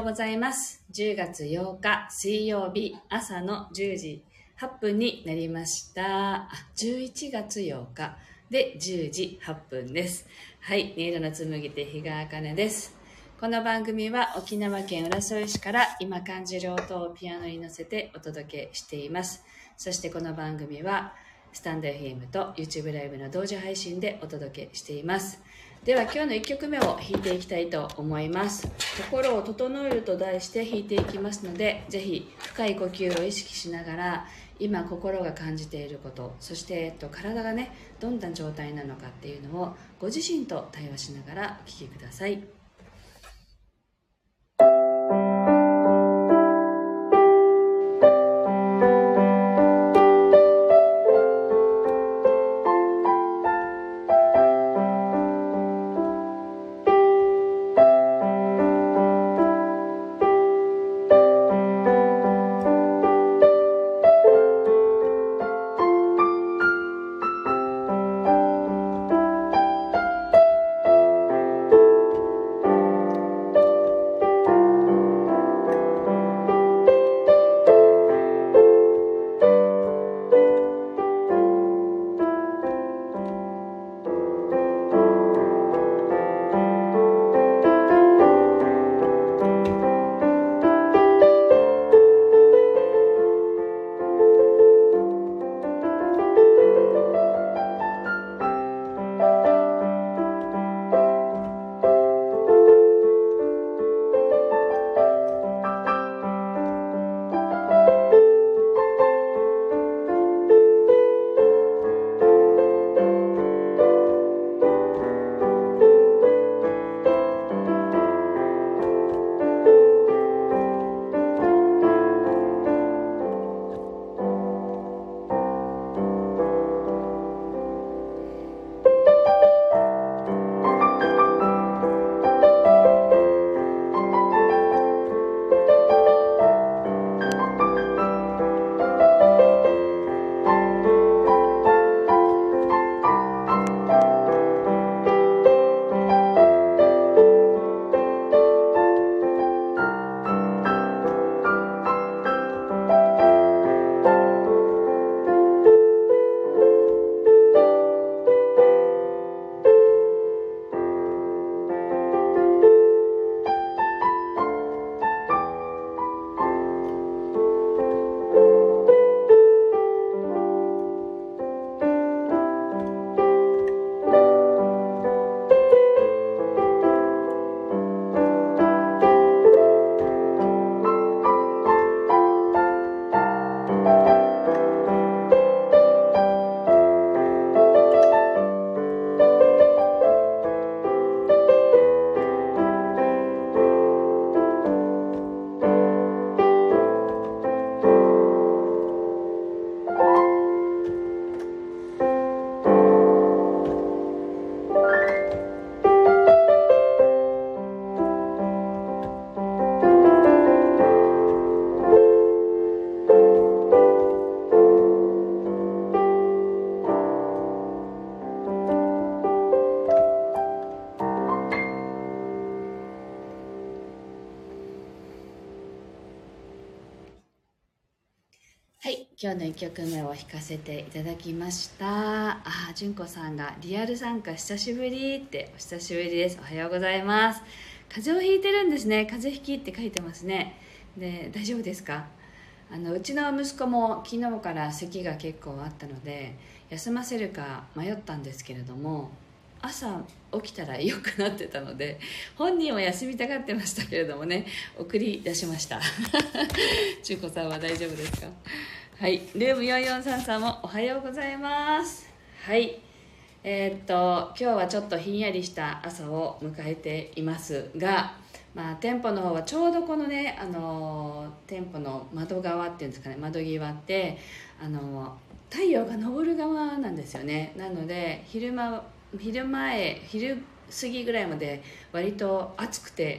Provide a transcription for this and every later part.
ございます。10月8日水曜日朝の10時8分になりました。11月8日で10時8分です。はい、音色の紡ぎ手、比嘉茜です。この番組は沖縄県浦添市から今感じる音をピアノに乗せてお届けしています。そしてこの番組はスタンド FM と YouTube ライブの同時配信でお届けしています。では今日の1曲目を弾いていきたいと思います。心を整えると題して弾いていきますので、ぜひ深い呼吸を意識しながら今心が感じていること、そして、体がねどんな状態なのかっていうのをご自身と対話しながらお聴きください。はい、今日の1曲目を弾かせていただきました。純子さんがリアル参加久しぶりって、お久しぶりです。おはようございます。風邪をひいてるんですね。風邪ひきって書いてますね。で、大丈夫ですか？うちの息子も昨日から咳が結構あったので休ませるか迷ったんですけれども、朝起きたら良くなってたので本人は休みたがってましたけれどもね、送り出しました。中子さんは大丈夫ですか？はい、ルーム4433もおはようございます。はい、今日はちょっとひんやりした朝を迎えていますが、店舗の方はちょうどこのね、店舗の窓側っていうんですかね、窓際って太陽が昇る側なんですよね。なので昼過ぎぐらいまで割と暑くて、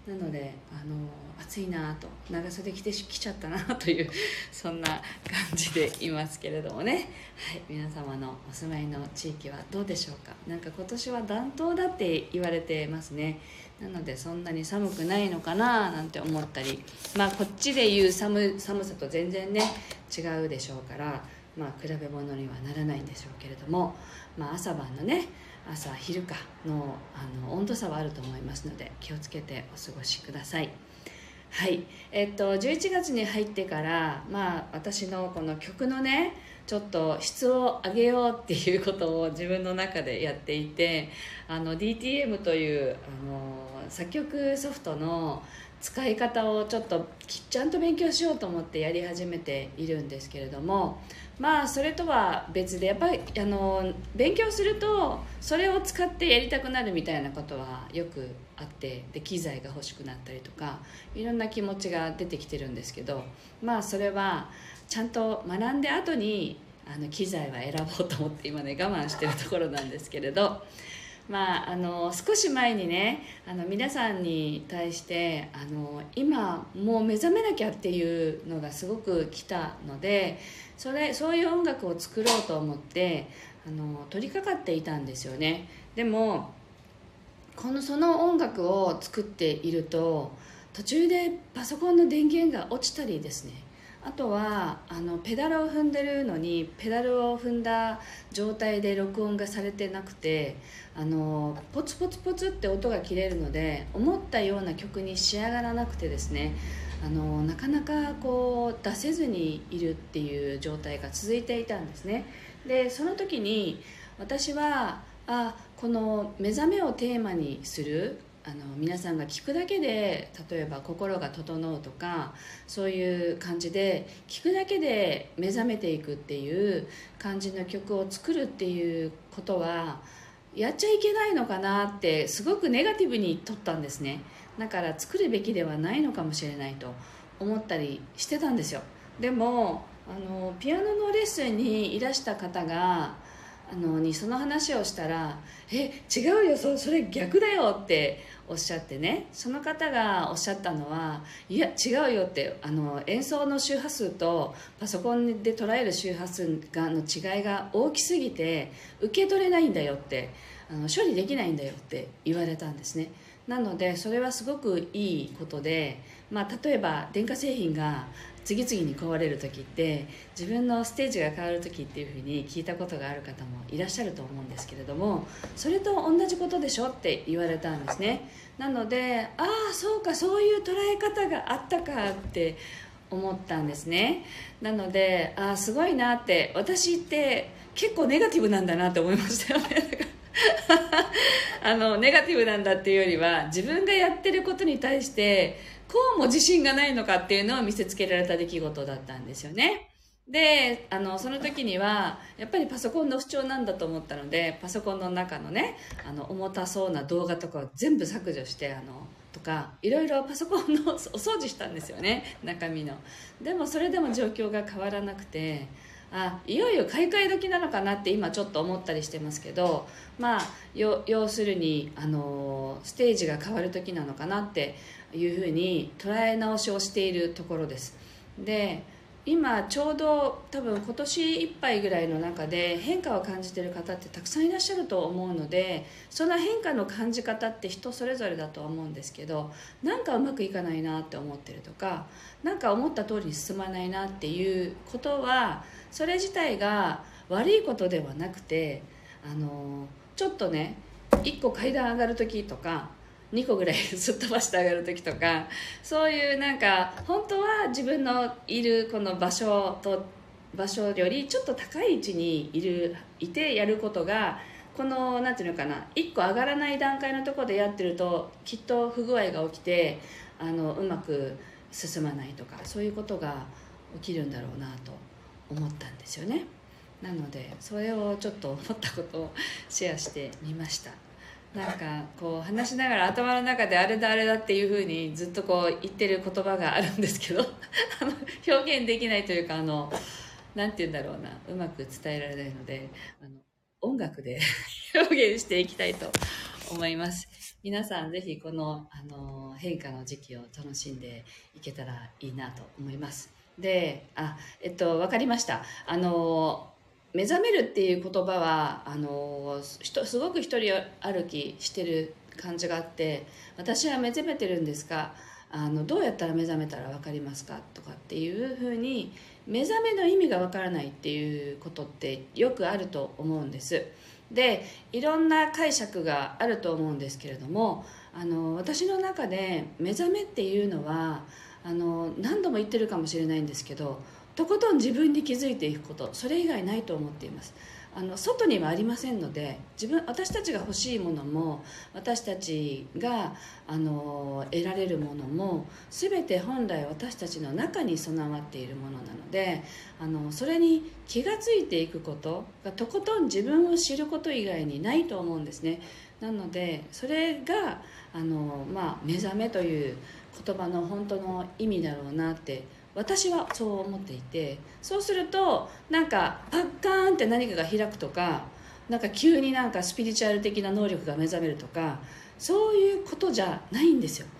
なので暑いなと、長袖着ちゃったなというそんな感じでいますけれどもね。はい、皆様のお住まいの地域はどうでしょうか。なんか今年は暖冬だって言われてますね。なのでそんなに寒くないのかななんて思ったり、こっちでいう寒さと全然ね違うでしょうから、比べ物にはならないんでしょうけれども、朝晩のね、朝昼かの温度差はあると思いますので、気をつけてお過ごしください。はい、11月に入ってから、私のこの曲のねちょっと質を上げようっていうことを自分の中でやっていて、DTM という作曲ソフトの使い方をちょっとちゃんと勉強しようと思ってやり始めているんですけれども、それとは別でやっぱり勉強するとそれを使ってやりたくなるみたいなことはよくあって、で機材が欲しくなったりとかいろんな気持ちが出てきてるんですけど、それはちゃんと学んで後に機材は選ぼうと思って今ね我慢してるところなんですけれど、少し前にね皆さんに対して今もう目覚めなきゃっていうのがすごく来たので、そういう音楽を作ろうと思って取り掛かっていたんですよね。でもその音楽を作っていると途中でパソコンの電源が落ちたりですね、あとはペダルを踏んでるのにペダルを踏んだ状態で録音がされてなくてポツポツポツって音が切れるので思ったような曲に仕上がらなくてですね、なかなか出せずにいるっていう状態が続いていたんですね。でその時に私はこの目覚めをテーマにする皆さんが聞くだけで例えば心が整うとかそういう感じで聞くだけで目覚めていくっていう感じの曲を作るっていうことはやっちゃいけないのかなってすごくネガティブに取ったんですね。だから作るべきではないのかもしれないと思ったりしてたんですよ。でもピアノのレッスンにいらした方がその話をしたら違うよ、それ逆だよっておっしゃってね、その方がおっしゃったのはいや違うよって演奏の周波数とパソコンで捉える周波数の違いが大きすぎて受け取れないんだよって処理できないんだよって言われたんですね。なのでそれはすごくいいことで、例えば電化製品が次々に壊れる時って自分のステージが変わる時っていうふうに聞いたことがある方もいらっしゃると思うんですけれども、それと同じことでしょって言われたんですね。なのでそうか、そういう捉え方があったかって思ったんですね。なのですごいなって、私って結構ネガティブなんだなって思いましたよね。ネガティブなんだっていうよりは自分がやってることに対してこうも自信がないのかっていうのを見せつけられた出来事だったんですよね。でその時にはやっぱりパソコンの不調なんだと思ったので、パソコンの中のね重たそうな動画とかを全部削除してとかいろいろパソコンのお掃除したんですよね、中身の。でもそれでも状況が変わらなくて、いよいよ買い替え時なのかなって今ちょっと思ったりしてますけど、要するにステージが変わる時なのかなっていうふうに捉え直しをしているところです。で今ちょうど多分今年いっぱいぐらいの中で変化を感じている方ってたくさんいらっしゃると思うので、その変化の感じ方って人それぞれだとは思うんですけど、なんかうまくいかないなって思ってるとか、なんか思った通りに進まないなっていうことはそれ自体が悪いことではなくて、ちょっとね1個階段上がる時とか2個ぐらいすっ飛ばして上がる時とか、そういうなんか本当は自分のいるこの場所よりちょっと高い位置にいてやることが、このなんていうのかな、1個上がらない段階のところでやってるときっと不具合が起きてうまく進まないとか、そういうことが起きるんだろうなと思ったんですよね。なのでそれをちょっと思ったことをシェアしてみました。なんかこう話しながら頭の中であれだあれだっていう風にずっとこう言ってる言葉があるんですけど表現できないというかなんて言うんだろうな、うまく伝えられないので音楽で表現していきたいと思います。皆さんぜひこの、変化の時期を楽しんでいけたらいいなと思います。で、わかりました。目覚めるっていう言葉は、すごく一人歩きしてる感じがあって、私は目覚めてるんですが、どうやったら目覚めたら分かりますかとかっていうふうに、目覚めの意味が分からないっていうことってよくあると思うんです。で、いろんな解釈があると思うんですけれども、私の中で目覚めっていうのは、何度も言ってるかもしれないんですけど、とことん自分に気づいていくこと、それ以外ないと思っています。外にはありませんので、私たちが欲しいものも、私たちが得られるものも全て本来私たちの中に備わっているものなので、それに気がついていくことがとことん自分を知ること以外にないと思うんですね。なのでそれが目覚めという言葉の本当の意味だろうなって私はそう思っていて、そうするとなんかパッカーンって何かが開くとか、なんか急になんかスピリチュアル的な能力が目覚めるとか、そういうことじゃないんですよ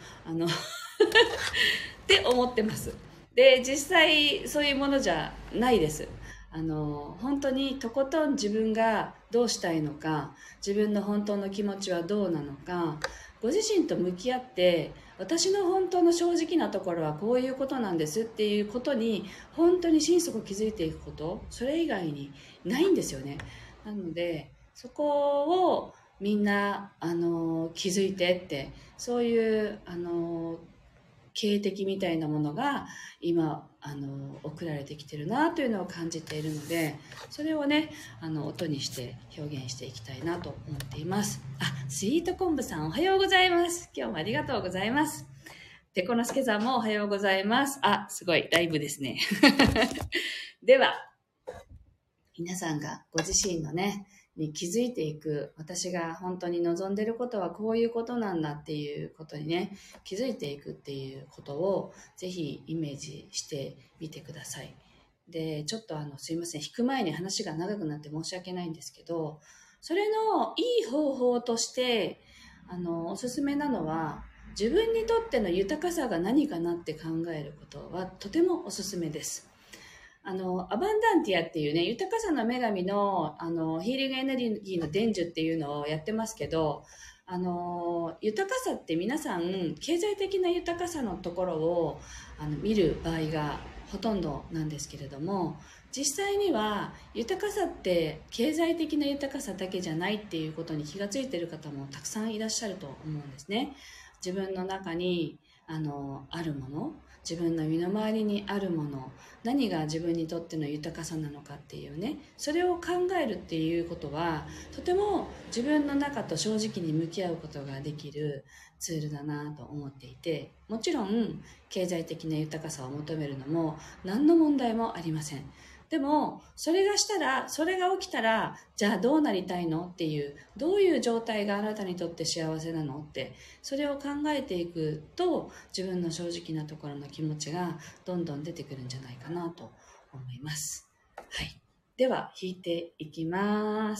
って思ってます。で、実際そういうものじゃないです。本当にとことん自分がどうしたいのか、自分の本当の気持ちはどうなのか、ご自身と向き合って、私の本当の正直なところはこういうことなんですっていうことに本当に心底気づいていくこと、それ以外にないんですよね。なのでそこをみんな気づいてって、そういう警笛みたいなものが今送られてきてるなというのを感じているので、それをね音にして表現していきたいなと思っています。スイート昆布さんおはようございます。今日もありがとうございます。ペコのすけさんもおはようございます。すごいライブですねでは皆さんがご自身のねに気づいていく、私が本当に望んでることはこういうことなんだっていうことにね気づいていくっていうことをぜひイメージしてみてください。で、ちょっとすいません、弾く前に話が長くなって申し訳ないんですけど、それのいい方法としておすすめなのは、自分にとっての豊かさが何かなって考えることはとてもおすすめです。アバンダンティアっていうね、豊かさの女神の、ヒーリングエネルギーの伝授っていうのをやってますけど、豊かさって皆さん、経済的な豊かさのところを見る場合がほとんどなんですけれども、実際には豊かさって経済的な豊かさだけじゃないっていうことに気がついている方もたくさんいらっしゃると思うんですね。自分の中にあるもの、自分の身の回りにあるもの、何が自分にとっての豊かさなのかっていうね、それを考えるっていうことはとても自分の中と正直に向き合うことができるツールだなと思っていて、もちろん経済的な豊かさを求めるのも何の問題もありません。でもそれが起きたらじゃあどうなりたいのっていう、どういう状態があなたにとって幸せなのって、それを考えていくと自分の正直なところの気持ちがどんどん出てくるんじゃないかなと思います。はい、では弾いていきます。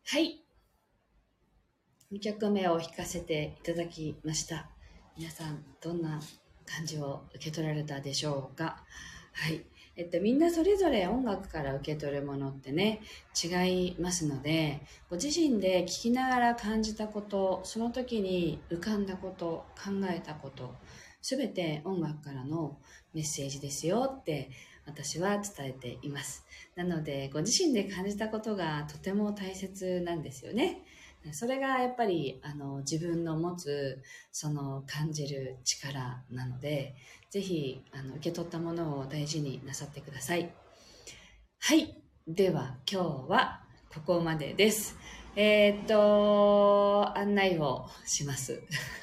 はい。2曲目を弾かせていただきました。皆さん、どんな感じを受け取られたでしょうか。はい。みんなそれぞれ音楽から受け取るものってね、違いますので、ご自身で聴きながら感じたこと、その時に浮かんだこと、考えたこと、すべて音楽からのメッセージですよって私は伝えています。なので、ご自身で感じたことがとても大切なんですよね。それがやっぱり自分の持つその感じる力なので、ぜひ受け取ったものを大事になさってください。はい。では今日はここまでです。案内をします。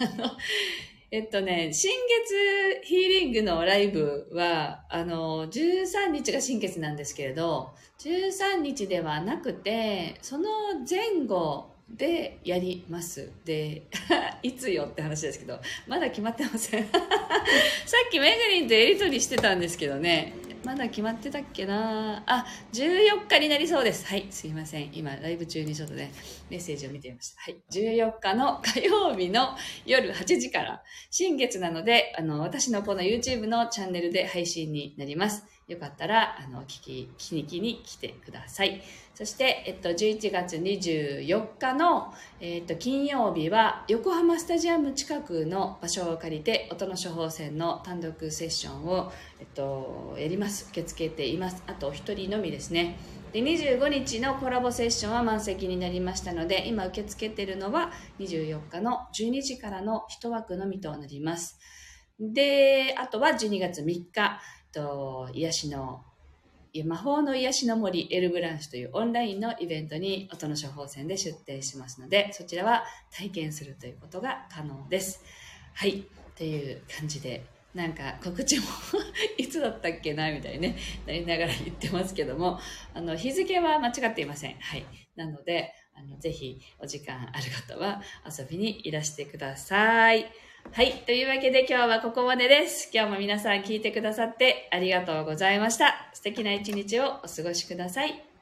新月ヒーリングのライブは、13日が新月なんですけれど、13日ではなくて、その前後でやります。で、いつよって話ですけど、まだ決まってません。さっきめぐりんとやりとりしてたんですけどね、まだ決まってたっけなあ、14日になりそうです。はい、すいません。今、ライブ中にちょっとね、メッセージを見てみました。はい、14日の火曜日の夜8時から、新月なので、私のこの YouTube のチャンネルで配信になります。よかったら、聞きに来てください。そして、11月24日の、金曜日は、横浜スタジアム近くの場所を借りて、音の処方箋の単独セッションを、やります。受け付けています。あと、お一人のみですね。で、25日のコラボセッションは満席になりましたので、今受け付けているのは24日の12時からの1枠のみとなります。で、あとは12月3日、癒しの魔法の癒しの森エルブランシュというオンラインのイベントに音の処方箋で出展しますので、そちらは体験するということが可能です。はい、という感じで、なんか告知もいつだったっけなみたいに、ね、なりながら言ってますけども、日付は間違っていません。はい。なので、ぜひお時間ある方は遊びにいらしてください。はい。というわけで今日はここまでです。今日も皆さん聞いてくださってありがとうございました。素敵な一日をお過ごしください。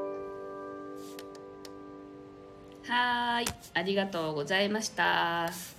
はい。ありがとうございました。